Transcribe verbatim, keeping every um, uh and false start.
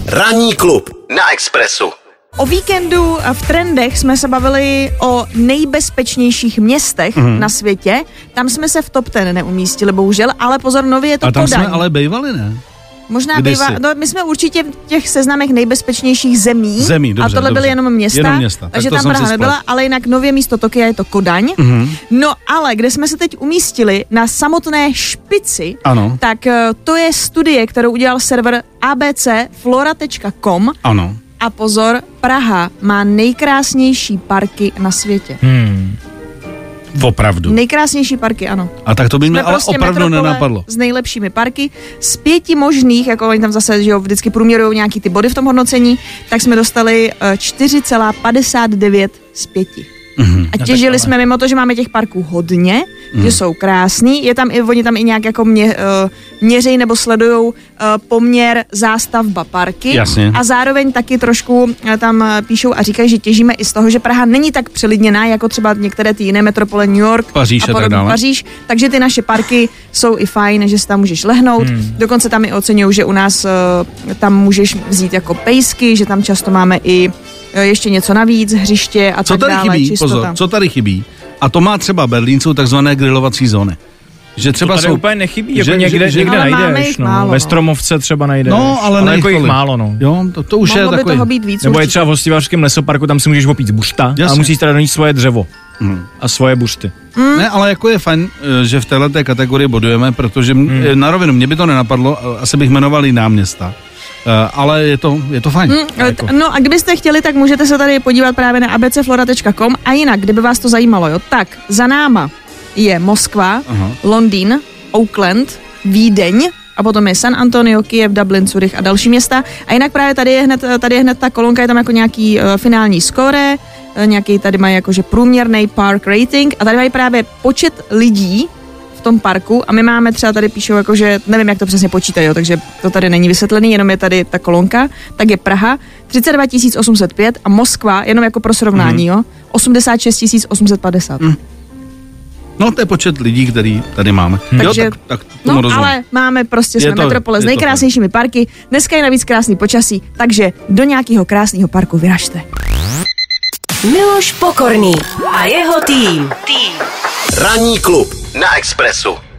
Ranní klub na Expressu. O víkendu v trendech jsme se bavili o nejbezpečnějších městech mm. na světě. Tam jsme se v top ten neumístili, bohužel, ale pozor, nově je to Kodaň. A tam Kodaň. jsme ale bejvali, ne? Možná bývá, no my jsme určitě v těch seznamech nejbezpečnějších zemí. Zemí, dobře, a tohle dobře. byly jenom města, jenom města. takže tak tam Praha nebyla, ale jinak nově místo Tokia je to Kodaň. Mm-hmm. No ale kde jsme se teď umístili na samotné špici, ano. tak to je studie, kterou udělal server a b c flora tečka com. Ano. A pozor, Praha má nejkrásnější parky na světě. Hmm. Opravdu. Nejkrásnější parky, ano. A tak to by mě ale prostě opravdu nenapadlo. S nejlepšími parky. Z pěti možných, jako oni tam zase, že jo, vždycky průměrují nějaký ty body v tom hodnocení, tak jsme dostali čtyři celá padesát devět z pěti. Mm-hmm. A těžili ale... jsme mimo to, že máme těch parků hodně, mm. že jsou krásný, je tam i, oni tam i nějak jako mě, uh, měřejí nebo sledujou uh, poměr zástavba parky. Jasně. A zároveň taky trošku uh, tam uh, píšou a říkají, že těžíme i z toho, že Praha není tak přelidněná, jako třeba některé ty jiné metropole, New York Paříž a podobně, Paříž, takže ty naše parky jsou i fajn, že si tam můžeš lehnout, mm. dokonce tam i oceňují, že u nás uh, tam můžeš vzít jako pejsky, že tam často máme i ještě něco navíc, hřiště a co tak tady dále. Chybí, pozor, co tady chybí? A to má třeba Berlín, jsou takzvané grilovací zóny. Že třeba to tady jsou, úplně nechybí, jako že, někde, že, někde málo, najdeš, no. Ve Stromovce třeba najdeš. No, ale, ale jako jich málo, no. Jo, to, to už Mohlo je by takový. toho být víc. Nebo určitě. je třeba v Hostivařském lesoparku, tam si můžeš opít z bušta, a musíš teda donít svoje dřevo. Hmm. A svoje bušty. Hmm. Ne, ale jako je fajn, že v této kategorii bodujeme, protože hmm. na rovinu mě by to nenapadlo, asi bych jmenoval jiná města. Uh, ale je to, je to fajn. Mm, jako. No a kdybyste chtěli, tak můžete se tady podívat právě na a b c flora tečka com a jinak, kdyby vás to zajímalo, jo, tak za náma je Moskva, Aha. Londýn, Oakland, Vídeň a potom je San Antonio, Kyjev, Dublin, Zurich a další města. A jinak právě tady je hned, tady je hned ta kolonka, je tam jako nějaký uh, finální skóre, uh, nějaký tady mají jakože průměrný park rating a tady mají právě počet lidí v tom parku a my máme třeba tady píšou jako, že nevím, jak to přesně počítají, jo, takže to tady není vysvětlený, jenom je tady ta kolonka, tak je Praha třicet dva tisíc osm set pět a Moskva, jenom jako pro srovnání, mm. jo, osmdesát šest tisíc osm set padesát. Mm. No, to je počet lidí, který tady máme. Takže, jo, tak, tak no, rozumím. ale máme prostě jsme to, metropole s nejkrásnějšími parky, dneska je navíc krásný počasí, takže do nějakého krásného parku vyražte. Miloš Pokorný a jeho tým. tým. Ranní klub na Expressu.